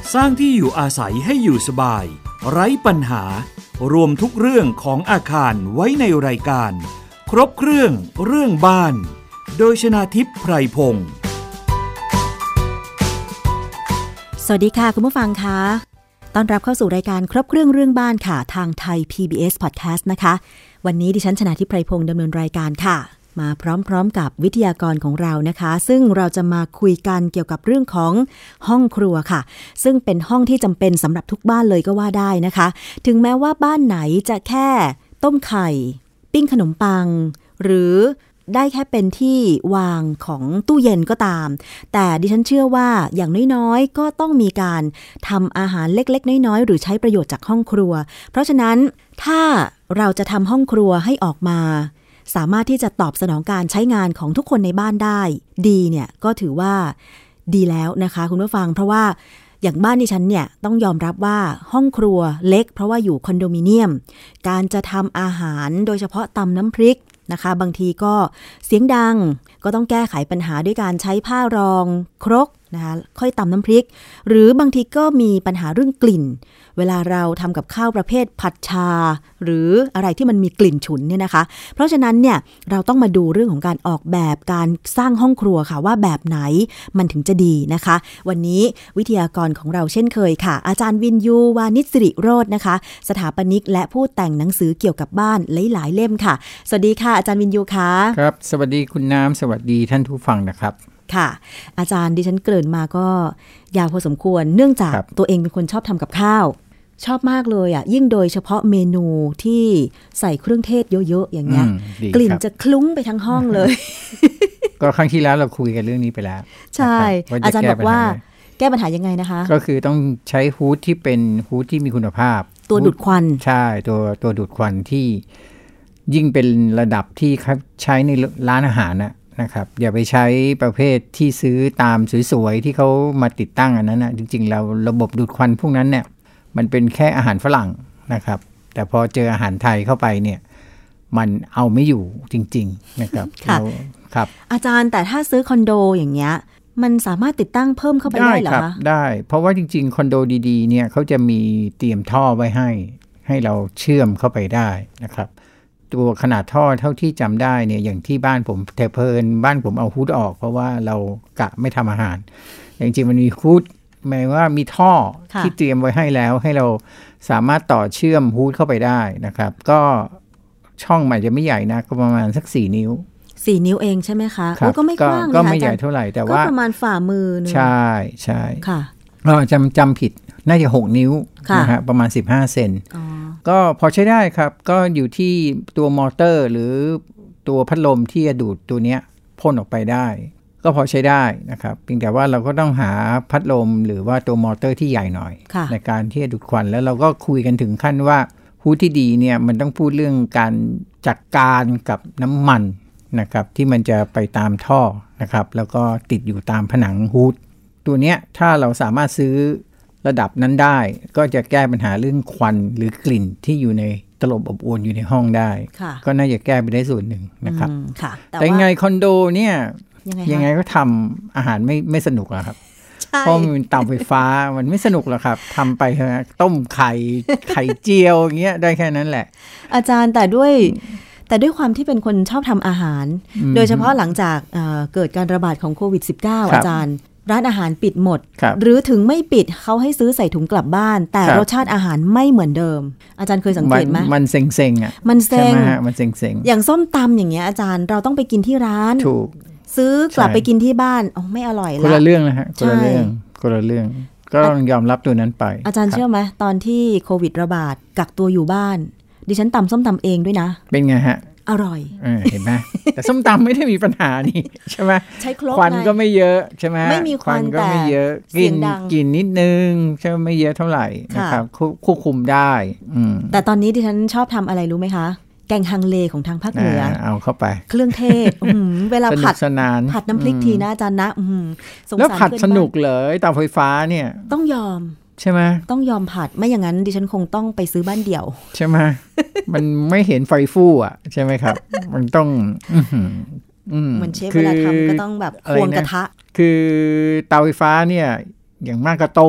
สร้างที่อยู่อาศัยให้อยู่สบายไร้ปัญหารวมทุกเรื่องของอาคารไว้ในรายการครบเครื่องบ้านโดยชนาทิพย์ไพรพงศ์สวัสดีค่ะคุณผู้ฟังคะต้อนรับเข้าสู่รายการครบเครื่องบ้านค่ะทางไทย PBS Podcast นะคะวันนี้ดิฉันชนาทิพย์ไพรพงศ์ดำเนินรายการค่ะมาพร้อมๆกับวิทยากรของเรานะคะซึ่งเราจะมาคุยกันเกี่ยวกับเรื่องของห้องครัวค่ะซึ่งเป็นห้องที่จำเป็นสำหรับทุกบ้านเลยก็ว่าได้นะคะถึงแม้ว่าบ้านไหนจะแค่ต้มไข่ปิ้งขนมปังหรือได้แค่เป็นที่วางของตู้เย็นก็ตามแต่ดิฉันเชื่อว่าอย่างน้อยๆก็ต้องมีการทำอาหารเล็กๆน้อยๆหรือใช้ประโยชน์จากห้องครัวเพราะฉะนั้นถ้าเราจะทำห้องครัวให้ออกมาสามารถที่จะตอบสนองการใช้งานของทุกคนในบ้านได้ดีเนี่ยก็ถือว่าดีแล้วนะคะคุณผู้ฟังเพราะว่าอย่างบ้านดิฉันเนี่ยต้องยอมรับว่าห้องครัวเล็กเพราะว่าอยู่คอนโดมิเนียมการจะทำอาหารโดยเฉพาะตำน้ำพริกนะคะบางทีก็เสียงดังก็ต้องแก้ไขปัญหาด้วยการใช้ผ้ารองครกนะคะค่อยตำน้ำพริกหรือบางทีก็มีปัญหาเรื่องกลิ่นเวลาเราทำกับข้าวประเภทผัดชาหรืออะไรที่มันมีกลิ่นฉุนเนี่ยนะคะเพราะฉะนั้นเนี่ยเราต้องมาดูเรื่องของการออกแบบการสร้างห้องครัวค่ะว่าแบบไหนมันถึงจะดีนะคะวันนี้วิทยากรของเราเช่นเคยค่ะอาจารย์วินยูวานิชสิริโรจน์นะคะสถาปนิกและผู้แต่งหนังสือเกี่ยวกับบ้านหลายๆเล่มค่ะสวัสดีค่ะอาจารย์วินยูค่ะครับสวัสดีคุณน้ำสวัสดีท่านผู้ฟังนะครับค่ะอาจารย์ดิฉันเกริ่นมาก็ยาวพอสมควรเนื่องจากตัวเองเป็นคนชอบทำกับข้าวชอบมากเลยอ่ะยิ่งโดยเฉพาะเมนูที่ใส่เครื่องเทศเยอะๆอย่างเงี้ยกลิ่นจะคลุ้งไปทั้งห้องเลยก็ครั้งที่แล้วเราคุยกันเรื่องนี้ไปแล้วใช่อาจารย์บอกว่าแก้ปัญหายังไงนะคะก็คือต้องใช้ฮูดที่เป็นฮูดที่มีคุณภาพตัวดูดควันใช่ตัวดูดควันที่ยิ่งเป็นระดับที่ใช้ในร้านอาหารนะครับอย่าไปใช้ประเภทที่ซื้อตามสวยๆที่เขามาติดตั้งอันนั้นนะจริงๆแล้วระบบดูดควันพวกนั้นเนี่ยมันเป็นแค่อาหารฝรั่งนะครับแต่พอเจออาหารไทยเข้าไปเนี่ยมันเอาไม่อยู่จริงๆนะครับครับอาจารย์แต่ถ้าซื้อคอนโดอย่างเงี้ยมันสามารถติดตั้งเพิ่มเข้าไปได้เหรอคะได้เพราะว่าจริงๆคอนโดดีๆเนี่ยเขาจะมีเตรียมท่อไว้ให้เราเชื่อมเข้าไปได้นะครับตัวขนาดท่อเท่าที่จำได้เนี่ยอย่างที่บ้านผมแต่เพลินบ้านผมเอาฮูดออกเพราะว่าเรากะไม่ทำอาหารจริงๆมันมีฮูดหมายว่ามีท่อที่เตรียมไว้ให้แล้วให้เราสามารถต่อเชื่อมฮูดเข้าไปได้นะครับก็ช่องใหม่จะไม่ใหญ่นะก็ประมาณสัก4 นิ้ว 4 นิ้วเองใช่ไหมคะก็ไม่กว้างก็ไม่ใหญ่เท่าไหร่แต่ว่าก็ประมาณฝ่ามือนึงใช่ใช่ค่ะจำผิดน่าจะ6 นิ้วนะฮะประมาณ15 เซนก็พอใช้ได้ครับก็อยู่ที่ตัวมอเตอร์หรือตัวพัดลมที่จะดูดตัวเนี้ยพ่นออกไปได้ก็พอใช้ได้นะครับเพียงแต่ว่าเราก็ต้องหาพัดลมหรือว่าตัวมอเตอร์ที่ใหญ่หน่อยในการที่จะดูดควันแล้วเราก็คุยกันถึงขั้นว่าฮูดที่ดีเนี่ยมันต้องพูดเรื่องการจัดการกับน้ำมันนะครับที่มันจะไปตามท่อนะครับแล้วก็ติดอยู่ตามผนังฮูดตัวเนี้ยถ้าเราสามารถซื้อระดับนั้นได้ก็จะแก้ปัญหาเรื่องควันหรือกลิ่นที่อยู่ในตลบอบอวนอยู่ในห้องได้ก็น่าจะแก้ไปได้ส่วนหนึ่งนะครับแต่ไงคอนโดเนี่ยยังไงก็ทำอาหารไม่สนุกอะครับเพราะมันเตาไฟฟ้ามันไม่สนุกหรอกครับทำไปต้มไข่เจียวอย่างเงี้ยได้แค่นั้นแหละอาจารย์แต่ด้วยความที่เป็นคนชอบทำอาหารโดยเฉพาะหลังจากเกิดการระบาดของโควิด -19 อาจารย์ร้านอาหารปิดหมดหรือถึงไม่ปิดเขาให้ซื้อใส่ถุงกลับบ้านแต่รสชาติอาหารไม่เหมือนเดิมอาจารย์เคยสังเกตไหมมันเซ็งๆอ่ะมันเซ็งมันเซ็งอย่างส้มตำอย่างเงี้ยอาจารย์เราต้องไปกินที่ร้านถูกซื้อกลับไปกินที่บ้านไม่อร่อยละคนละเรื่องนะฮะคนละเรื่องก็ต้องยอมรับตัวนั้นไปอาจารย์เชื่อไหมตอนที่โควิดระบาดกักตัวอยู่บ้านดิฉันตำส้มตำเองด้วยนะเป็นไงฮะอร่อยเห็นไหมแต่ส้มตำไม่ได้มีปัญหานี่ใช่ไหมใช้ครกควันก็ไม่เยอะใช่ไหมไม่มีควันก็ไม่เยอะกินนิดนึงใช่ไม่เยอะเท่าไหร่นะครับควบคุมได้แต่ตอนนี้ดิฉันชอบทำอะไรรู้ไหมคะแกงฮังเลของทางภาคเหนือเอาเข้าไปเครื่องเทศเวลาผัดน้ำพริกทีนะอาจารย์นะแล้วผัดสนุกเลยเตาไฟฟ้าเนี่ยต้องยอมใช่ไหมต้องยอมผัดไม่อย่างนั้นดิฉันคงต้องไปซื้อบ้านเดี่ยวใช่ไหมมันไม่เห็นไฟฟู่อ่ะใช่ไหมครับมันต้องเหมือนเชฟเวลาทำก็ต้องแบบควงกระทะคือเตาไฟฟ้าเนี่ยอย่างมากก็ต้มอ่ะ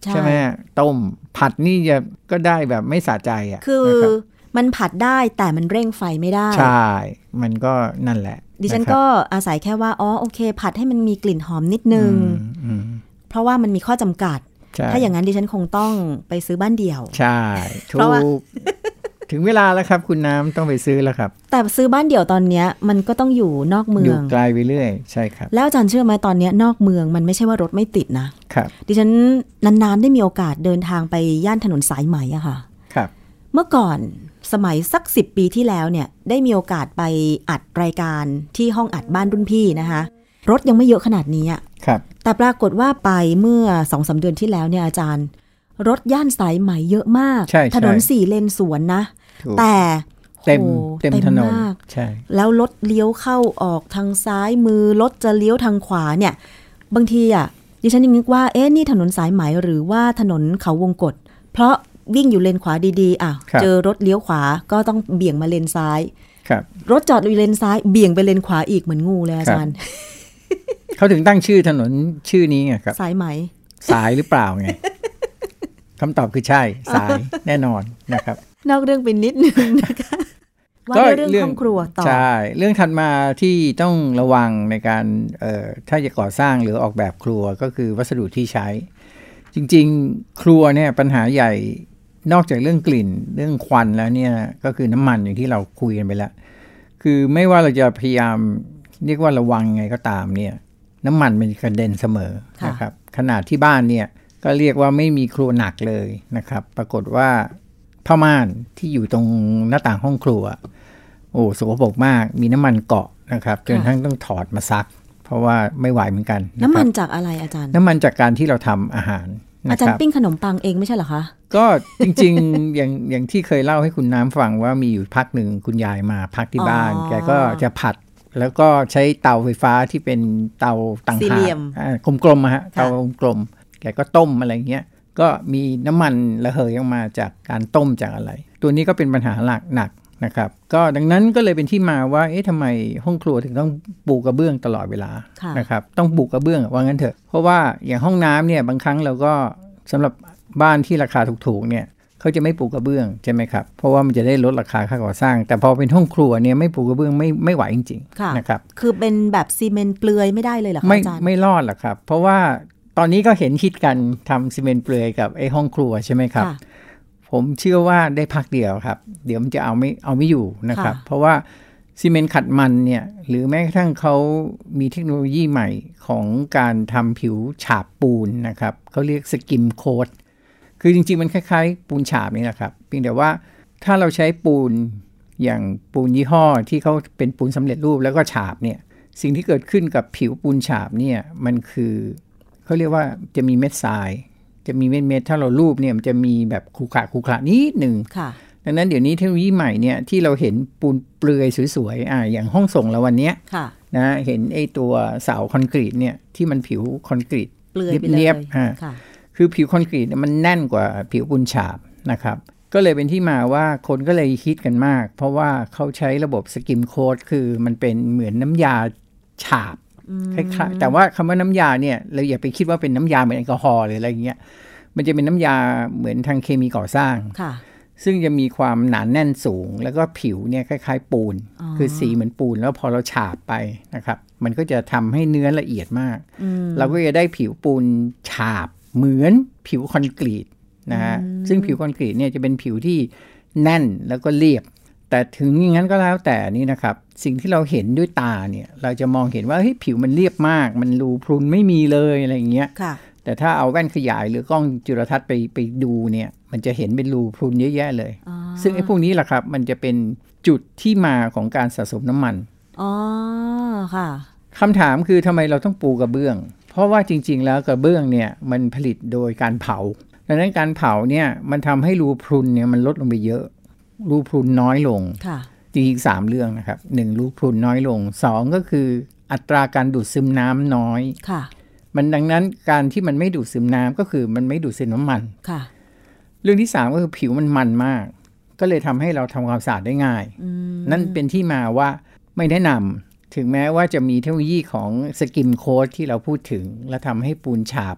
ใช่ไหมต้มผัดนี่จะก็ได้แบบไม่สะใจอ่ะคือมันผัดได้แต่มันเร่งไฟไม่ได้ใช่มันก็นั่นแหละดิฉันก็อาศัยแค่ว่าอ๋อโอเคผัดให้มันมีกลิ่นหอมนิดนึงเพราะว่ามันมีข้อจำกัดถ้าอย่างนั้นดิฉันคงต้องไปซื้อบ้านเดี่ยวใช่ถูกถึงเวลาแล้วครับคุณน้ำต้องไปซื้อแล้วครับแต่ซื้อบ้านเดี่ยวตอนนี้มันก็ต้องอยู่นอกเมืองอยู่ไกลไปเรื่อยใช่ครับแล้วอาจารย์เชื่อไหมตอนนี้นอกเมืองมันไม่ใช่ว่ารถไม่ติดนะครับดิฉันนานๆได้มีโอกาสเดินทางไปย่านถนนสายไหมอะค่ะครับเมื่อก่อนสมัยสัก10 ปีที่แล้วเนี่ยได้มีโอกาสไปอัดรายการที่ห้องอัดบ้านรุ่นพี่นะคะรถยังไม่เยอะขนาดนี้อะครับแต่ปรากฏว่าไปเมื่อ 2-3 เดือนที่แล้วเนี่ยอาจารย์รถย่านสายไหมเยอะมากถนน4 เลนสวนนะแต่เต็มถนนใช่แล้วรถเลี้ยวเข้าออกทางซ้ายมือรถจะเลี้ยวทางขวาเนี่ยบางทีอ่ะดิฉันยังนึกว่านี่ถนนสายไหมหรือว่าถนนเขาวงกตเพราะวิ่งอยู่เลนขวาดีๆเจอรถเลี้ยวขวาก็ต้องเบี่ยงมาเลนซ้ายรถจอดอยู่เลนซ้ายเบี่ยงไปเลนขวาอีกเหมือนงูเลยอาจารย์เขาถึงตั้งชื่อถนนชื่อนี้ไงครับสายไหมสายหรือเปล่าไงคำตอบคือใช่สายแน่นอนนะครับนอกเรื่องไปนิดนึงนะคะว่าเรื่องห้องครัวต่อใช่เรื่องถัดมาที่ต้องระวังในการถ้าจะก่อสร้างหรือออกแบบครัวก็คือวัสดุที่ใช้จริงๆครัวเนี่ยปัญหาใหญ่นอกจากเรื่องกลิ่นเรื่องควันแล้วเนี่ยก็คือน้ำมันอย่างที่เราคุยกันไปแล้วคือไม่ว่าเราจะพยายามเรียกว่าระวังไงก็ตามเนี่ยน้ำมันมันกระเด็นเสมอนะครับขนาดที่บ้านเนี่ยก็เรียกว่าไม่มีครัวหนักเลยนะครับปรากฏว่าผ้าม่านที่อยู่ตรงหน้าต่างห้องครัวโอ้สกปรกมากมีน้ำมันเกาะนะครับจนทั้งต้องถอดมาซักเพราะว่าไม่ไหวเหมือนกันน้ำมันจากอะไรอาจารย์น้ำมันจากการที่เราทำอาหารอาจารย์ปิ้งขนมปังเองไม่ใช่เหรอคะก็จริงๆ อย่างที่เคยเล่าให้คุณน้ำฟังว่ามีอยู่พักหนึ่งคุณยายมาพักที่บ้านแกก็จะผัดแล้วก็ใช้เตาไฟฟ้าที่เป็นเตาต่างหากกลมๆฮะเตากลมแกก็ต้มอะไรเงี้ยก็มีน้ำมันระเหยออกมาจากการต้มจากอะไรตัวนี้ก็เป็นปัญหาหนักนะครับก็ดังนั้นก็เลยเป็นที่มาว่าทำไมห้องครัวถึงต้องปูกระเบื้องตลอดเวลานะครับต้องปูกระเบื้องว่างั้นเถอะเพราะว่าอย่างห้องน้ำเนี่ยบางครั้งเราก็สำหรับบ้านที่ราคาถูกๆเนี่ยเขาจะไม่ปูกระเบื้องใช่ไหมครับเพราะว่ามันจะได้ลดราคาค่าก่อสร้างแต่พอเป็นห้องครัวเนี่ยไม่ปูกระเบื้องไม่ไหวจริงๆนะครับคือเป็นแบบซีเมนต์เปลือยไม่ได้เลยเหรอคะอาจารย์ไม่รอดหรอกครับเพราะว่าตอนนี้ก็เห็นคิดกันทำซีเมนต์เปลือยกับไอ้ห้องครัวใช่ไหมครับผมเชื่อว่าได้พักเดียวครับเดี๋ยวมันจะเอาไม่อยู่นะครับเพราะว่าซีเมนต์ขัดมันเนี่ยหรือแม้กระทั่งเขามีเทคโนโลยีใหม่ของการทำผิวฉาบปูนนะครับเขาเรียกสกิมโค้ดคือจริงๆมันคล้ายๆปูนฉาบนี่แหละครับเพียงแต่ว่าถ้าเราใช้ปูนอย่างปูนยี่ห้อที่เขาเป็นปูนสำเร็จรูปแล้วก็ฉาบเนี่ยสิ่งที่เกิดขึ้นกับผิวปูนฉาบเนี่ยมันคือเขาเรียกว่าจะมีเม็ดทรายจะมีเม็ดถ้าเราลูบเนี่ยมันจะมีแบบขรุขระนิดหนึ่งดังนั้นเดี๋ยวนี้เทคโนโลยีใหม่เนี่ยที่เราเห็นปูนเปลือยสวยๆอย่างห้องส่งเราวันนี้นะเห็นไอ้ตัวเสาคอนกรีตเนี่ยที่มันผิวคอนกรีตเรียบๆคือผิวคอนกรีตมันแน่นกว่าผิวปูนฉาบนะครับก็เลยเป็นที่มาว่าคนก็เลยคิดกันมากเพราะว่าเขาใช้ระบบสกิมโค้ดคือมันเป็นเหมือนน้ำยาฉาบคล้ายๆแต่ว่าคำว่าน้ำยาเนี่ยเราอย่าไปคิดว่าเป็นน้ำยาเหมือนแอลกอฮอล์หรืออะไรเงี้ยมันจะเป็นน้ำยาเหมือนทางเคมีก่อสร้างซึ่งจะมีความหนาแน่นสูงแล้วก็ผิวเนี่ยคล้ายๆปูนคือสีเหมือนปูนแล้วพอเราฉาบไปนะครับมันก็จะทำให้เนื้อละเอียดมากเราก็จะได้ผิวปูนฉาบเหมือนผิวคอนกรีตนะฮะซึ่งผิวคอนกรีตเนี่ยจะเป็นผิวที่แน่นแล้วก็เรียบแต่ถึงอย่างนั้นก็แล้วแต่นี่นะครับสิ่งที่เราเห็นด้วยตาเนี่ยเราจะมองเห็นว่าผิวมันเรียบมากมันรูพรุนไม่มีเลยอะไรอย่างเงี้ยแต่ถ้าเอาแว่นขยายหรือกล้องจุลทรรศน์ไปดูเนี่ยมันจะเห็นเป็นรูพรุนเยอะแยะเลยซึ่งไอ้พวกนี้แหละครับมันจะเป็นจุดที่มาของการสะสมน้ำมันค่ะคำถามคือทำไมเราต้องปูกระเบื้องเพราะว่าจริงๆแล้วกระเบื้องเนี่ยมันผลิตโดยการเผาดังนั้นการเผาเนี่ยมันทำให้รูพรุนเนี่ยมันลดลงไปเยอะรูพรุนน้อยลงจริงๆ3เรื่องนะครับ1รูพรุนน้อยลง2ก็คืออัตราการดูดซึมน้ำน้อยมันดังนั้นการที่มันไม่ดูดซึมน้ำก็คือมันไม่ดูดซึมน้ำมันเรื่องที่3ก็คือผิวมันมากก็เลยทำให้เราทำความสะอาดได้ง่ายนั่นเป็นที่มาว่าไม่แนะนำถึงแม้ว่าจะมีเทคโนโลยีของสกิมโค้ดที่เราพูดถึงและทำให้ปูนฉาบ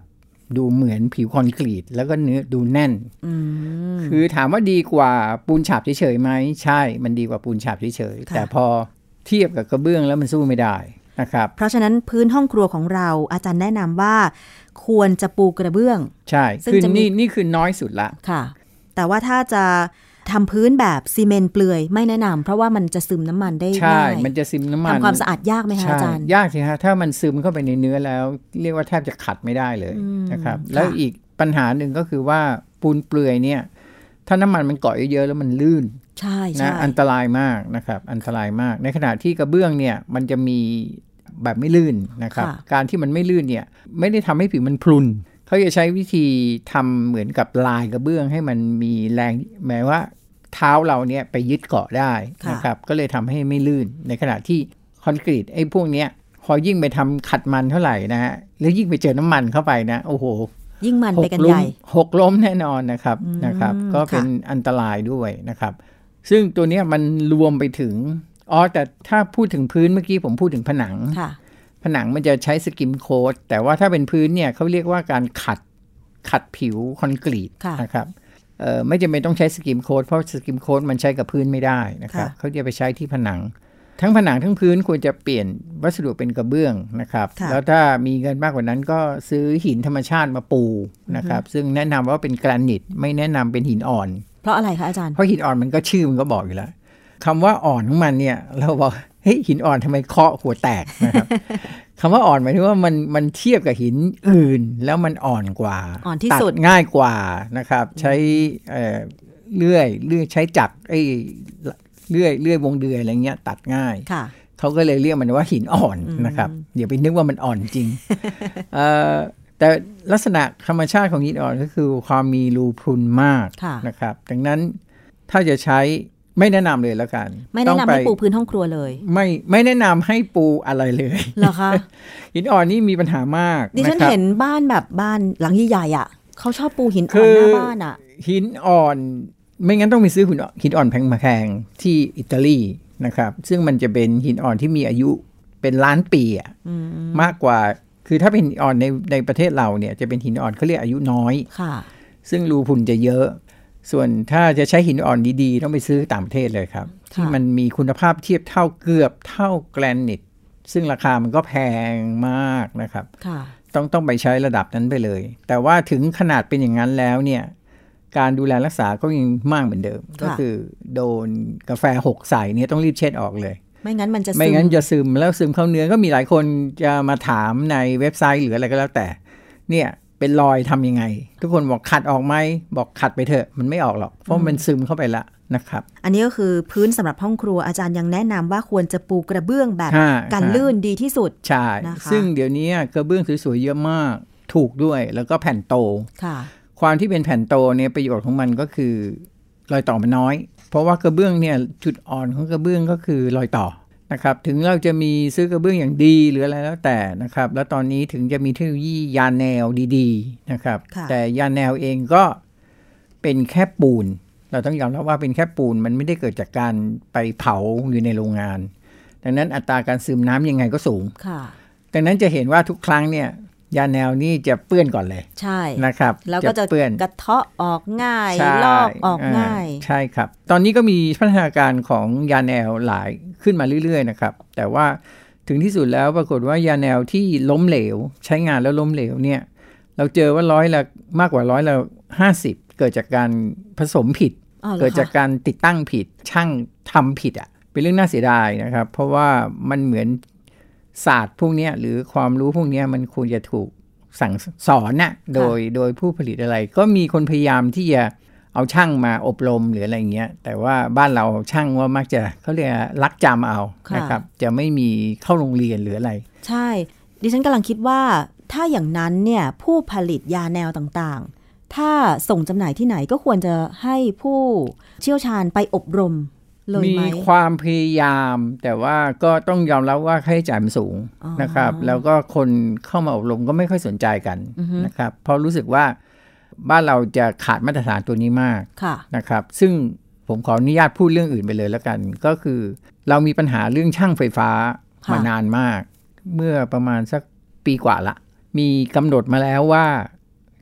ดูเหมือนผิวคอนกรีตแล้วก็เนื้อดูแน่นคือถามว่าดีกว่าปูนฉาบเฉยๆไหมใช่มันดีกว่าปูนฉาบเฉยๆแต่พอเทียบกับกระเบื้องแล้วมันสู้ไม่ได้นะครับเพราะฉะนั้นพื้นห้องครัวของเราอาจารย์แนะนำว่าควรจะปูกระเบื้องใช่คือนี่คือน้อยสุดละค่ะแต่ว่าถ้าจะทำพื้นแบบซีเมนต์เปลือยไม่แนะนำเพราะว่ามันจะซึมน้ำมันได้ง่ายใช่มันจะซึมน้ำมันทำความสะอาดยากไหมคะอาจารย์ยากสิฮะถ้ามันซึมเข้าไปในเนื้อแล้วเรียกว่าแทบจะขัดไม่ได้เลยนะครับแล้วอีกปัญหาหนึ่งก็คือว่าปูนเปลือยเนี่ยถ้าน้ำมันมันเกาะเยอะๆแล้วมันลื่นใช่นะอันตรายมากนะครับอันตรายมากในขณะที่กระเบื้องเนี่ยมันจะมีแบบไม่ลื่นนะครับการที่มันไม่ลื่นเนี่ยไม่ได้ทำให้ผิวมันพรุนเขาจะใช้วิธีทำเหมือนกับลายกระเบื้องให้มันมีแรงแม้ว่าเท้าเราเนี่ยไปยึดเกาะได้นะครับก็เลยทำให้ไม่ลื่นในขณะที่คอนกรีตไอ้พวกเนี้ยพอยิ่งไปทำขัดมันเท่าไหร่นะฮะแล้วยิ่งไปเจอน้ำมันเข้าไปนะโอ้โหยิ่งมันไปกันใหญ่หกล้มแน่นอนนะครับก็เป็นอันตรายด้วยนะครับซึ่งตัวเนี้ยมันรวมไปถึงแต่ถ้าพูดถึงพื้นเมื่อกี้ผมพูดถึงผนังผนังมันจะใช้สกิมโค้ดแต่ว่าถ้าเป็นพื้นเนี่ยเขาเรียกว่าการขัดผิวคอนกรีตนะครับไม่จำเป็นต้องใช้สกิมโค้ดเพราะสกิมโค้ดมันใช้กับพื้นไม่ได้นะครับเขาจะไปใช้ที่ผนังทั้งผนังทั้งพื้นควรจะเปลี่ยนวัสดุเป็นกระเบื้องนะครับแล้วถ้ามีเงินมากกว่านั้นก็ซื้อหินธรรมชาติมาปูนะครับซึ่งแนะนำว่าเป็นแกรนิตไม่แนะนำเป็นหินอ่อนเพราะอะไรคะอาจารย์เพราะหินอ่อนมันก็ชื่อมันก็บอกอยู่แล้วคำว่าอ่อนของมันเนี่ยเราบอกเฮ้ยหินอ่อนทำไมเคาะหัวแตกนะครับ คำว่าอ่อนหมายถึงว่ามันเทียบกับหินอื่นแล้วมันอ่อนกว่าอ่อนที่สุดง่ายกว่านะครับใช้เลื่อยใช้จักรเลื่อยวงเดือยอะไรเงี้ยตัดง่ายเขาก็เลยเรียกมันว่าหินอ่อนนะครับเดี๋ยวไปนึกว่ามันอ่อนจริง แต่ลักษณะธรรมชาติของหินอ่อนก็คือความมีรูพรุนมากนะครับดังนั้นถ้าจะใช้ไม่แนะนำเลยแล้วกันไม่แนะนำให้ปูพื้นห้องครัวเลยไม่แนะนำให้ปูอะไรเลยเหรอคะหินอ่อนนี่มีปัญหามากดิฉันเห็นบ้านแบบบ้านหลังใหญ่ๆอ่ะเขาชอบปูหินอ่อนหน้าบ้านอ่ะหินอ่อนไม่งั้นต้องไปซื้อหินอ่อนแพงๆที่อิตาลีนะครับซึ่งมันจะเป็นหินอ่อนที่มีอายุเป็นล้านปีอ่ะมากกว่าคือถ้าเป็นหินอ่อนในประเทศเราเนี่ยจะเป็นหินอ่อนเขาเรียกอายุน้อยซึ่งรูพรุนจะเยอะส่วนถ้าจะใช้หินอ่อนดีๆต้องไปซื้อต่างประเทศเลยครับที่มันมีคุณภาพเทียบเท่าเกือบเท่าแกรนิตซึ่งราคามันก็แพงมากนะครับต้องไปใช้ระดับนั้นไปเลยแต่ว่าถึงขนาดเป็นอย่างนั้นแล้วเนี่ยการดูแลรักษาก็ยังมากเหมือนเดิมก็คือโดนกาแฟ6ใส่เนี่ยต้องรีบเช็ดออกเลยไม่งั้นมันจะซึมแล้วซึมเข้าเนื้อก็มีหลายคนจะมาถามในเว็บไซต์หรืออะไรก็แล้วแต่เนี่ยเป็นรอยทำยังไงทุกคนบอกขัดออกไหมบอกขัดไปเถอะมันไม่ออกหรอกเพราะมันซึมเข้าไปละนะครับอันนี้ก็คือพื้นสำหรับห้องครัวอาจารย์ยังแนะนำว่าควรจะปูกระเบื้องแบบกันลื่นดีที่สุดใช่ซึ่งเดี๋ยวนี้กระเบื้องสวยๆเยอะมากถูกด้วยแล้วก็แผ่นโตความที่เป็นแผ่นโตเนี่ยประโยชน์ของมันก็คือรอยต่อมันน้อยเพราะว่ากระเบื้องเนี่ยจุดอ่อนของกระเบื้องก็คือรอยต่อนะครับถึงเราจะมีซื้อกระเบื้องอย่างดีหรืออะไรแล้วแต่นะครับแล้วตอนนี้ถึงจะมีเทคโนโลยียาแนวดีๆนะครับแต่ยาแนวเองก็เป็นแค่ปูนเราต้องยอมรับว่าเป็นแค่ปูนมันไม่ได้เกิดจากการไปเผาอยู่ในโรงงานดังนั้นอัตราการซึมน้ำยังไงก็สูงดังนั้นจะเห็นว่าทุกครั้งเนี่ยยาแนวนี่จะเปื้อนก่อนเลยใช่นะครับแล้วก็จะกระเทาะออกง่ายลอกออกง่ายใช่ครับตอนนี้ก็มีพัฒนาการของยาแนวหลายขึ้นมาเรื่อยๆนะครับแต่ว่าถึงที่สุดแล้วปรากฏว่ายาแนวที่ล้มเหลวใช้งานแล้วล้มเหลวเนี่ยเราเจอว่ามากกว่า50%เกิดจากการผสมผิดเกิดจากการติดตั้งผิดช่างทำผิดเป็นเรื่องน่าเสียดายนะครับเพราะว่ามันเหมือนศาสตร์พวกนี้หรือความรู้พวกนี้มันควรจะถูกสั่งสอนนะโดยผู้ผลิตอะไรก็มีคนพยายามที่จะเอาช่างมาอบรมหรืออะไรเงี้ยแต่ว่าบ้านเราช่างว่ามักจะเขาเรียกลักจำเอานะครับจะไม่มีเข้าโรงเรียนหรืออะไรใช่ดิฉันกำลังคิดว่าถ้าอย่างนั้นเนี่ยผู้ผลิตยาแนวต่างๆถ้าส่งจำหน่ายที่ไหนก็ควรจะให้ผู้เชี่ยวชาญไปอบรมมีความพยายามแต่ว่าก็ต้องยอมรับว่าค่าใช้จ่ายมันสูงนะครับแล้วก็คนเข้ามาอบรมก็ไม่ค่อยสนใจกันนะครับเพราะรู้สึกว่าบ้านเราจะขาดมาตรฐานตัวนี้มากนะครับซึ่งผมขออนุญาตพูดเรื่องอื่นไปเลยแล้วกันก็คือเรามีปัญหาเรื่องช่างไฟฟ้ามานานมากเมื่อประมาณสักปีกว่าละมีกำหนดมาแล้วว่า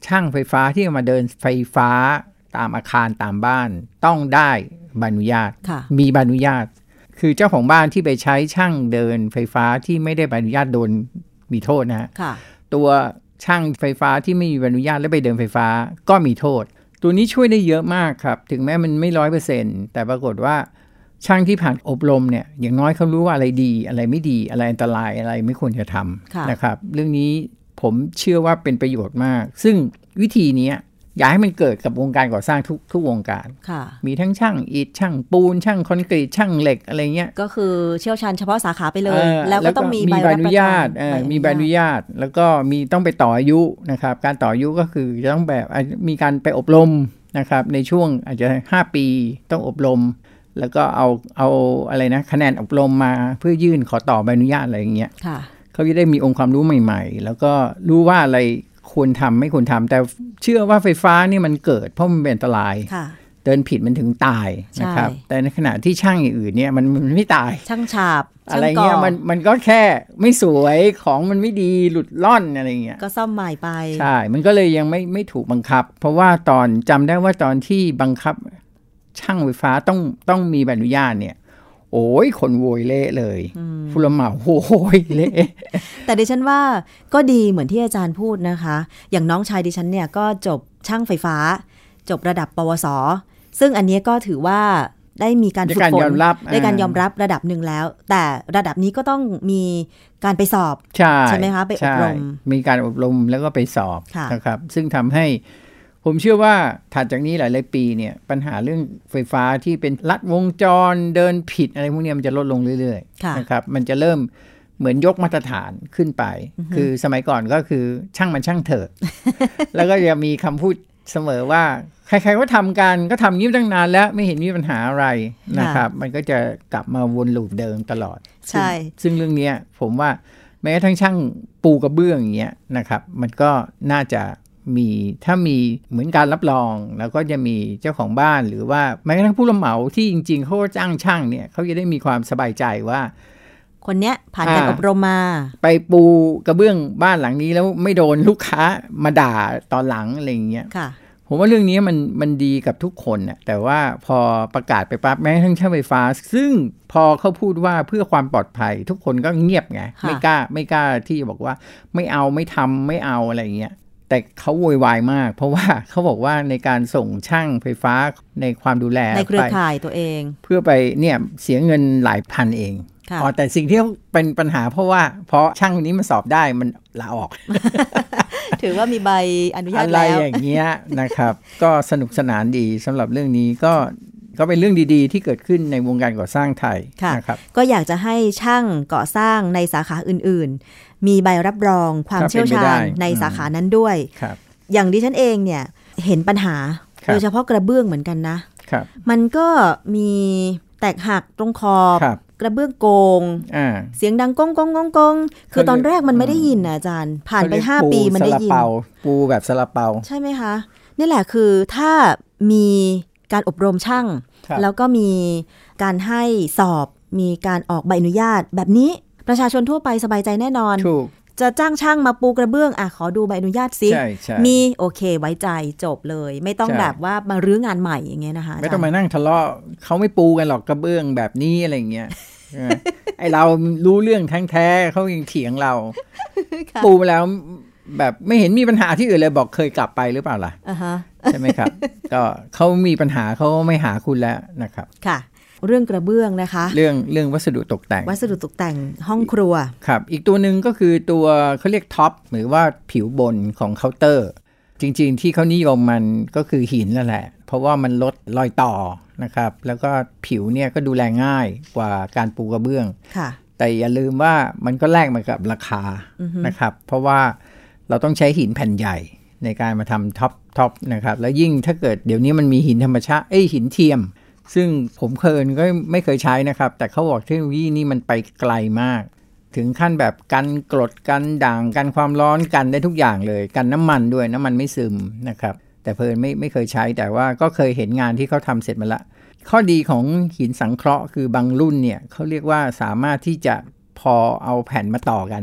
ช่างไฟฟ้าที่มาเดินไฟฟ้าตามอาคารตามบ้านต้องได้ใบอนุญาตมีใบอนุญาตคือเจ้าของบ้านที่ไปใช้ช่างเดินไฟฟ้าที่ไม่ได้ใบอนุญาตโดนมีโทษนะฮะตัวช่างไฟฟ้าที่ไม่มีใบอนุญาตแล้วไปเดินไฟฟ้าก็มีโทษตัวนี้ช่วยได้เยอะมากครับถึงแม้มันไม่ 100% แต่ปรากฏว่าช่างที่ผ่านอบรมเนี่ยอย่างน้อยเขารู้ว่าอะไรดีอะไรไม่ดีอะไรอันตรายอะไรไม่ควรจะทำนะครับเรื่องนี้ผมเชื่อว่าเป็นประโยชน์มากซึ่งวิธีนี้อยากให้มันเกิดกับวงการก่อสร้างทุกวงการมีทั้งช่างอิฐช่างปูนช่างคอนกรีตช่างเหล็กอะไรเงี้ยก็คือเชี่ยวชาญเฉพาะสาขาไปเลยแล้วก็ต้องมีใบอนุญาตมีใบอนุญาตแล้วก็มีต้องไปต่ออายุนะครับการต่ออายุก็คือจะต้องแบบมีการไปอบรมนะครับในช่วงอาจจะ5 ปีต้องอบรมแล้วก็เอาอะไรนะคะแนนอบรมมาเพื่อยื่นขอต่อใบอนุญาตอะไรอย่างเงี้ยเขาจะได้มีองค์ความรู้ใหม่ๆแล้วก็รู้ว่าอะไรควรทำไม่ควรทำแต่เชื่อว่าไฟฟ้านี่มันเกิดเพราะมันเป็นอันตรายเดินผิดมันถึงตายนะครับแต่ในขณะที่ช่างอย่างอื่นเนี่ยมันไม่ตายช่างฉาบอะไรเงี้ยมันก็แค่ไม่สวยของมันไม่ดีหลุดล่อนอะไรเงี้ยก็ซ่อมใหม่ไปใช่มันก็เลยยังไม่ถูกบังคับเพราะว่าตอนจำได้ว่าตอนที่บังคับช่างไฟฟ้าต้องมีใบอนุญาตเนี่ยโอ้ยคนโวยเละเลยผู้รับเหมาโวยเละแต่ดิฉันว่าก็ดีเหมือนที่อาจารย์พูดนะคะอย่างน้องชายดิฉันเนี่ยก็จบช่างไฟฟ้าจบระดับปวสซึ่งอันนี้ก็ถือว่าได้มีการฝึกฝนได้การยอมรับระดับหนึ่งแล้วแต่ระดับนี้ก็ต้องมีการไปสอบใช่ไหมคะไปอบรมมีการอบรมแล้วก็ไปสอบนะครับซึ่งทำให้ผมเชื่อว่าถัดจากนี้หลายๆปีเนี่ยปัญหาเรื่องไฟฟ้าที่เป็นลัดวงจรเดินผิดอะไรพวกนี้มันจะลดลงเรื่อยๆนะครับมันจะเริ่มเหมือนยกมาตรฐานขึ้นไปคือสมัยก่อนก็คือช่างมันช่างเถอะ แล้วก็จะมีคำพูดเสมอว่าใครๆก็ทำกันก็ทำงี้ตั้งนานแล้วไม่เห็นมีปัญหาอะไรนะครับมันก็จะกลับมาวนลูปเดิมตลอดใช่ซึ่งเรื่องนี้ผมว่าแม้กระทั่งช่างปูกระเบื้องอย่างเงี้ยนะครับมันก็น่าจะมีถ้ามีเหมือนการรับรองแล้วก็จะมีเจ้าของบ้านหรือว่าแม้กระทั่งผู้รับเหมาที่จริงๆเขาจ้างช่างเนี่ยเขาจะได้มีความสบายใจว่าคนเนี้ยผ่านการอบรมมาไปปูกระเบื้องบ้านหลังนี้แล้วไม่โดนลูกค้ามาด่าตอนหลังอะไรอย่างเงี้ยผมว่าเรื่องนี้มันดีกับทุกคนน่ะแต่ว่าพอประกาศไปปั๊บแม้กระทั่งช่างไฟฟ้าซึ่งพอเขาพูดว่าเพื่อความปลอดภัยทุกคนก็เงียบไงไม่กล้าที่จะบอกว่าไม่เอาไม่ทำไม่เอาอะไรอย่างเงี้ยแต่เขาโวยวายมากเพราะว่าเขาบอกว่าในการส่งช่างไฟฟ้าในความดูแลในเครือข่ายตัวเองเพื่อไปเนี่ยเสียเงินหลายพันเองแต่สิ่งที่เป็นปัญหาเพราราะช่างคนนี้มันสอบได้มันลาออกถือว่ามีใบอนุญาตแล้วอะไรอย่างเงี้ยนะครับก็สนุกสนานดีสำหรับเรื่องนี้ก็เป็นเรื่องดีๆที่เกิดขึ้นในวงการก่อสร้างไทยนะครับก็อยากจะให้ช่างก่อสร้างในสาขาอื่นๆมีใบรับรองความเชี่ยวชาญในสาขานั้นด้วยอย่างดิฉันเองเนี่ยเห็นปัญหาโดยเฉพาะกระเบื้องเหมือนกันนะมันก็มีแตกหักตรงขอบกระเบื้องโกงเสียงดังก้องก้องก้องก้องคือตอนแรกมันไม่ได้ยินนะอาจารย์ผ่านไป5 ปีมันได้ยินปูแบบสลับเปาใช่ไหมคะนี่แหละคือถ้ามีการอบรมช่างแล้วก็มีการให้สอบมีการออกใบอนุญาตแบบนี้ประชาชนทั่วไปสบายใจแน่นอนจะจ้างช่างมาปูกระเบื้องขอดูใบอนุญาตซิมีโอเคไว้ใจจบเลยไม่ต้องแบบว่ามารื้องานใหม่อย่างเงี้ยนะคะไม่ต้องมานั่งทะเลาะเขาไม่ปูกันหรอกกระเบื้องแบบนี้อะไรเงี้ย ไอเรารู้เรื่องทั้งแท้เขายังเถียงเรา ปูมาแล้วแบบไม่เห็นมีปัญหาที่อื่นเลยบอกเคยกลับไปหรือเปล่าล่ะ ใช่ไหมครับ ก็เขามีปัญหาเขาไม่หาคุณแล้วนะครับค่ะเรื่องกระเบื้องนะคะเรื่องวัสดุตกแต่งห้องครัวครับอีกตัวหนึ่งก็คือตัวเขาเรียกท็อปหรือว่าผิวบนของเคาน์เตอร์จริงๆที่เขานิยมมันก็คือหินนั่นแหละเพราะว่ามันลดรอยต่อนะครับแล้วก็ผิวเนี่ยก็ดูแลง่ายกว่าการปูกระเบื้องแต่อย่าลืมว่ามันก็แลกมากับราคานะครับเพราะว่าเราต้องใช้หินแผ่นใหญ่ในการมาทำท็อปนะครับแล้วยิ่งถ้าเกิดเดี๋ยวนี้มันมีหินธรรมชาติหินเทียมซึ่งผมก็ไม่เคยใช้นะครับแต่เขาบอกเทคโนโลยีนี้มันไปไกลมากถึงขั้นแบบกันกรดกันด่างกันความร้อนกันได้ทุกอย่างเลยกันน้ำมันด้วยน้ำมันไม่ซึมนะครับแต่ไม่เคยใช้แต่ว่าก็เคยเห็นงานที่เขาทำเสร็จมาละข้อดีของหินสังเคราะห์คือบางรุ่นเนี่ยเขาเรียกว่าสามารถที่จะพอเอาแผ่นมาต่อกัน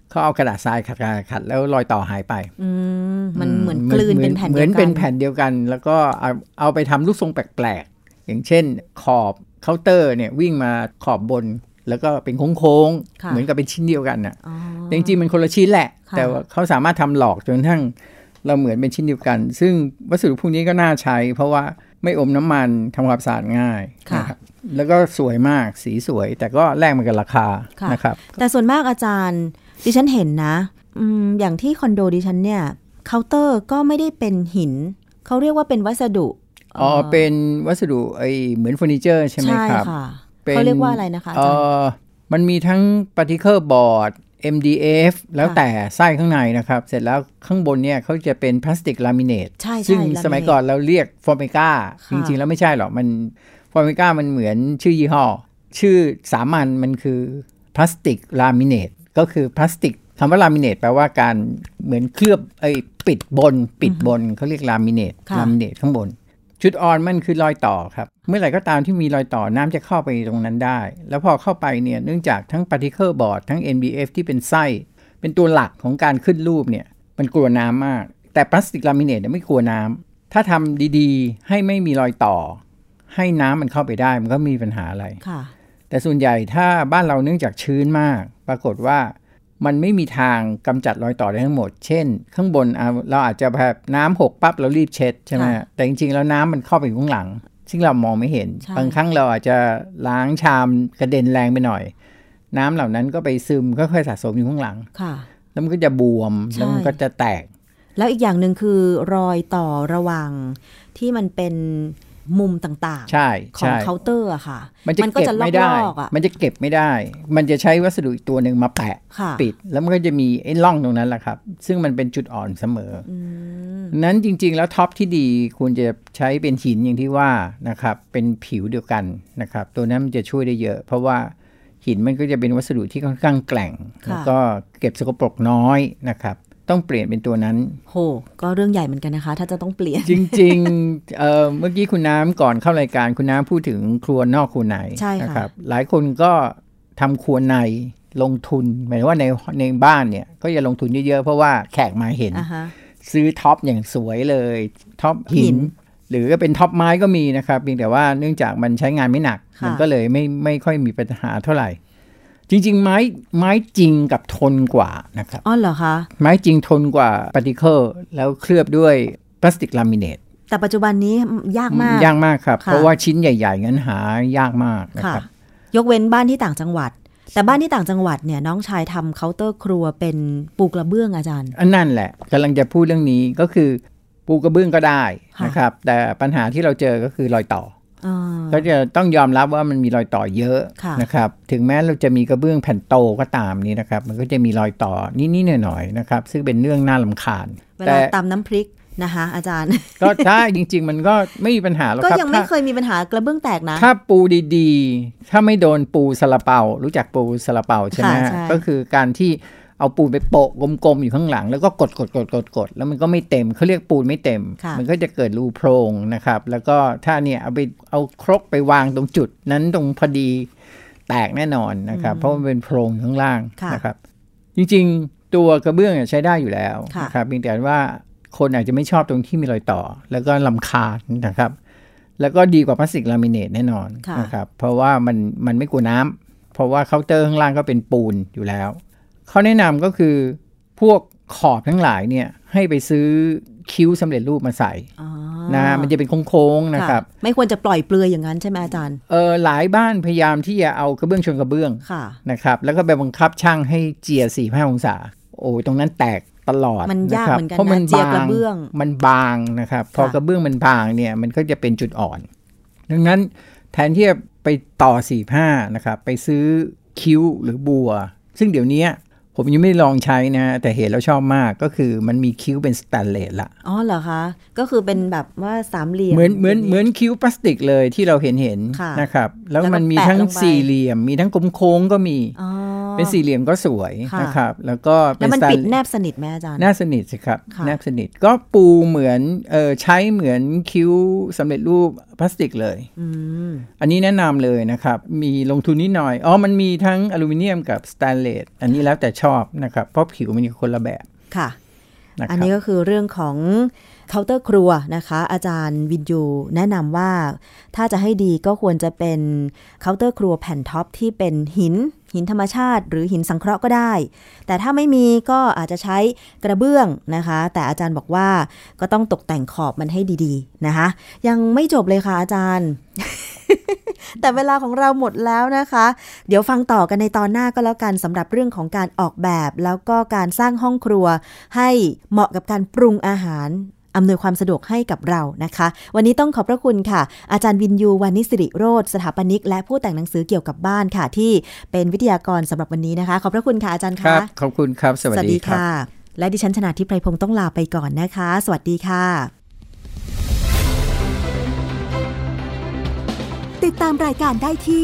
เขาเอากระดาษทรายขัดแล้วรอยต่อหายไปมันเหมือนกลืนเป็นแผ่นเดียวกันเหมือนเป็นแผ่นเดียวกันแล้วก็เอาไปทำรูปทรงแปลกๆอย่างเช่นขอบเคาน์เตอร์เนี่ยวิ่งมาขอบบนแล้วก็เป็นโค้งๆเหมือนกับเป็นชิ้นเดียวกันน่ะแต่จริงๆมันคนละชิ้นแหละแต่ว่าเขาสามารถทำหลอกจนทั้งเราเหมือนเป็นชิ้นเดียวกันซึ่งวัสดุพวกนี้ก็น่าใช้เพราะว่าไม่อมน้ำมันทำความสะอาดง่ายนะครับแล้วก็สวยมากสีสวยแต่ก็แลกมากับราคานะครับแต่ส่วนมากอาจารย์ดิฉันเห็นนะอย่างที่คอนโดดิฉันเนี่ยเคาน์เตอร์ก็ไม่ได้เป็นหินเขาเรียกว่าเป็นวัสดุเป็นวัสดุเหมือนเฟอร์นิเจอร์ใช่ไหมครับใช่ค่ะเขาเรียกว่าอะไรนะคะอาจารย์มันมีทั้ง particle board MDF แล้วแต่ไส้ข้างในนะครับเสร็จแล้วข้างบนเนี่ยเขาจะเป็นพลาสติกลามิเนตซึ่งสมัยก่อนเราเรียกฟอร์มิก้าจริงๆแล้วไม่ใช่หรอกมันฟอร์มิก้ามันเหมือนชื่อยี่ห้อชื่อสามัญมันคือพลาสติกลามิเนตก็คือพลาสติกคำว่าลามิเนตแปลว่าการเหมือนเคลือบปิดบนเขาเรียกลามิเนตข้างบนจุดอ่อนมันคือรอยต่อครับเมื่อไหร่ก็ตามที่มีรอยต่อน้ำจะเข้าไปตรงนั้นได้แล้วพอเข้าไปเนี่ยเนื่องจากทั้ง particle board ทั้ง MDF ที่เป็นไส้เป็นตัวหลักของการขึ้นรูปเนี่ยมันกลัวน้ำมากแต่พลาสติกลามิเนตไม่กลัวน้ำถ้าทำดีๆให้ไม่มีรอยต่อให้น้ำมันเข้าไปได้มันก็มีปัญหาอะไรแต่ส่วนใหญ่ถ้าบ้านเราเนื่องจากชื้นมากปรากฏว่ามันไม่มีทางกำจัดรอยต่อได้ทั้งหมดเช่นข้างบนเราอาจจะแบบน้ำหกปั๊บเรารีบเช็ดใช่ไหมแต่จริงๆแล้วน้ำมันเข้าไปอยู่ข้างหลังซึ่งเรามองไม่เห็นบางครั้งเราอาจจะล้างชามกระเด็นแรงไปหน่อยน้ำเหล่านั้นก็ไปซึมค่อยๆสะสมอยู่ข้างหลังแล้วมันก็จะบวมแล้วมันก็จะแตกแล้วอีกอย่างหนึ่งคือรอยต่อระหว่างที่มันเป็นมุมต่างๆของเคาน์เตอร์อะค่ะมันก็จะลอกมันจะเก็บไม่ได้มันจะใช้วัสดุอีกตัวหนึ่งมาแปะปิดแล้วมันก็จะมีไอ้ร่องตรงนั้นแหละครับซึ่งมันเป็นจุดอ่อนเสมอนั้นจริงๆแล้วท็อปที่ดีควรจะใช้เป็นหินอย่างที่ว่านะครับเป็นผิวเดียวกันนะครับตัวนั้นมันจะช่วยได้เยอะเพราะว่าหินมันก็จะเป็นวัสดุที่ค่อนข้างแกร่งแล้วก็เก็บสกปรกน้อยนะครับต้องเปลี่ยนเป็นตัวนั้นโหก็เรื่องใหญ่เหมือนกันนะคะถ้าจะต้องเปลี่ยนจริงๆเมื่อกี้คุณน้ำก่อนเข้ารายการคุณน้ำพูดถึงครัวนอกครัวในนะครับหลายคนก็ทำครัวในลงทุนหมายถึงว่าในบ้านเนี่ยก็อย่าลงทุนเยอะๆเพราะว่าแขกมาเห็นซื้อท็อปอย่างสวยเลยท็อปหินหรือก็เป็นท็อปไม้ก็มีนะครับเพียงแต่ว่าเนื่องจากมันใช้งานไม่หนักมันก็เลยไม่ค่อยมีปัญหาเท่าไหร่จริงๆไม้จริงกับทนกว่านะครับอ๋อเหรอคะไม้จริงทนกว่าพาร์ติเคิลแล้วเคลือบด้วยพลาสติกลามิเนตแต่ปัจจุบันนี้ยากมากครับเพราะว่าชิ้นใหญ่ๆงั้นหายากมากนะครับยกเว้นบ้านที่ต่างจังหวัดแต่บ้านที่ต่างจังหวัดเนี่ยน้องชายทำเคาน์เตอร์ครัวเป็นปูกระเบื้องอาจารย์นั่นแหละกำลังจะพูดเรื่องนี้ก็คือปูกระเบื้องก็ได้นะครับแต่ปัญหาที่เราเจอก็คือรอยต่อก็จะต้องยอมรับว่ามันมีรอยต่อเยอะนะครับถึงแม้เราจะมีกระเบื้องแผ่นโตก็ตามนี้นะครับมันก็จะมีรอยต่อนิดๆหน่อยๆนะครับซึ่งเป็นเรื่องน่ารำคาญเวลาตำน้ำพริกนะคะอาจารย์ก็ถ้าจริงๆมันก็ไม่มีปัญหาหรอกครับก็ยังไม่เคยมีปัญหากระเบื้องแตกนะถ้าปูดีๆถ้าไม่โดนปูซาลาเปารู้จักปูซาลาเปาใช่ไหมก็คือการที่เอาปูนไปโปะกลมๆอยู่ข้างหลังแล้วก็กดแล้วมันก็ไม่เต็มเขาเรียกปูนไม่เต็มมันก็จะเกิดรูโพรงนะครับแล้วก็ถ้าเนี่ยเอาครกไปวางตรงจุดนั้นตรงพอดีแตกแน่นอนนะครับเพราะมันเป็นโพรงข้างล่างนะครับจริงๆตัวกระเบื้องใช้ได้อยู่แล้วนะครับเพียงแต่ว่าคนอาจจะไม่ชอบตรงที่มีรอยต่อแล้วก็รำคาญนะครับแล้วก็ดีกว่าพลาสติกลามิเนตแน่นอนนะครับเพราะว่ามันไม่กลัวน้ำเพราะว่าเคาน์เตอร์ข้างล่างก็เป็นปูนอยู่แล้วเขาแนะนำก็คือพวกขอบทั้งหลายเนี่ยให้ไปซื้อคิ้วสำเร็จรูปมาใส่นะมันจะเป็นโค้งๆนะครับไม่ควรจะปล่อยเปลือยอย่างนั้นใช่ไหมอาจารย์หลายบ้านพยายามที่จะเอากระเบื้องชนกระเบื้องนะครับแล้วก็ไปบังคับช่างให้เจีย 4-5 องศาโอ้ตรงนั้นแตกตลอดมันยากเหมือนกันนะเจียกระเบื้องมันบางนะครับพอกระเบื้องมันบางเนี่ยมันก็จะเป็นจุดอ่อนดังนั้นแทนที่จะไปต่อ 4-5 นะครับไปซื้อคิ้วหรือบัวซึ่งเดี๋ยวนี้ผมยังไม่ลองใช้นะแต่เห็นแล้วชอบมากก็คือมันมีคิ้วเป็นสแตนเลสละอ๋อเหรอคะก็คือเป็นแบบว่าสามเหลี่ยมเหมือนคิ้วพลาสติกเลยที่เราเห็นนะครับแล้วมันมีทั้งสี่เหลี่ยมมีทั้งกลมโค้งก็มีเป็นสี่เหลี่ยมก็สวยนะครับแล้วก็แล้วมันปิดแนบสนิทไหมอาจารย์แนบสนิทสิครับแนบสนิทก็ปูเหมือนใช้เหมือนคิ้วสำเร็จรูปพลาสติกเลยอันนี้แนะนำเลยนะครับมีลงทุนนิดหน่อยมันมีทั้งอลูมิเนียมกับสแตนเลสอันนี้แล้วแต่ชอบนะครับเพราะผิวมันคนละแบบค่ะอันนี้ก็คือเรื่องของเคาน์เตอร์ครัวนะคะอาจารย์วินยูแนะนำว่าถ้าจะให้ดีก็ควรจะเป็นเคาน์เตอร์ครัวแผ่นท็อปที่เป็นหินธรรมชาติหรือหินสังเคราะห์ก็ได้แต่ถ้าไม่มีก็อาจจะใช้กระเบื้องนะคะแต่อาจารย์บอกว่าก็ต้องตกแต่งขอบมันให้ดีๆนะคะยังไม่จบเลยค่ะอาจารย์ แต่เวลาของเราหมดแล้วนะคะเดี๋ยวฟังต่อกันในตอนหน้าก็แล้วกันสำหรับเรื่องของการออกแบบแล้วก็การสร้างห้องครัวให้เหมาะกับการปรุงอาหารอำนวยความสะดวกให้กับเรานะคะวันนี้ต้องขอบพระคุณค่ะอาจารย์วินยูวานิช สิริโรจน์สถาปนิกและผู้แต่งหนังสือเกี่ยวกับบ้านค่ะที่เป็นวิทยากรสำหรับวันนี้นะคะขอบพระคุณค่ะอาจารย์ค่ะขอบคุณครับสวัสดีค่ะและดิฉันชนาธิป ไพรพงศ์ต้องลาไปก่อนนะคะสวัสดีค่ะติดตามรายการได้ที่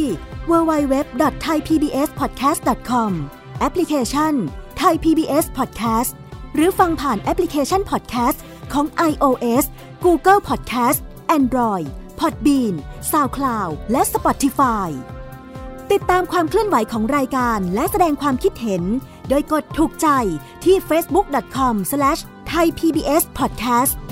www.thaipbspodcast.com แอปพลิเคชัน Thai PBS Podcast หรือฟังผ่านแอปพลิเคชัน Podcast ของ iOS Google Podcast Android Podbean SoundCloud และ Spotify ติดตามความเคลื่อนไหวของรายการและแสดงความคิดเห็นโดยกดถูกใจที่ facebook.com/thaipbspodcast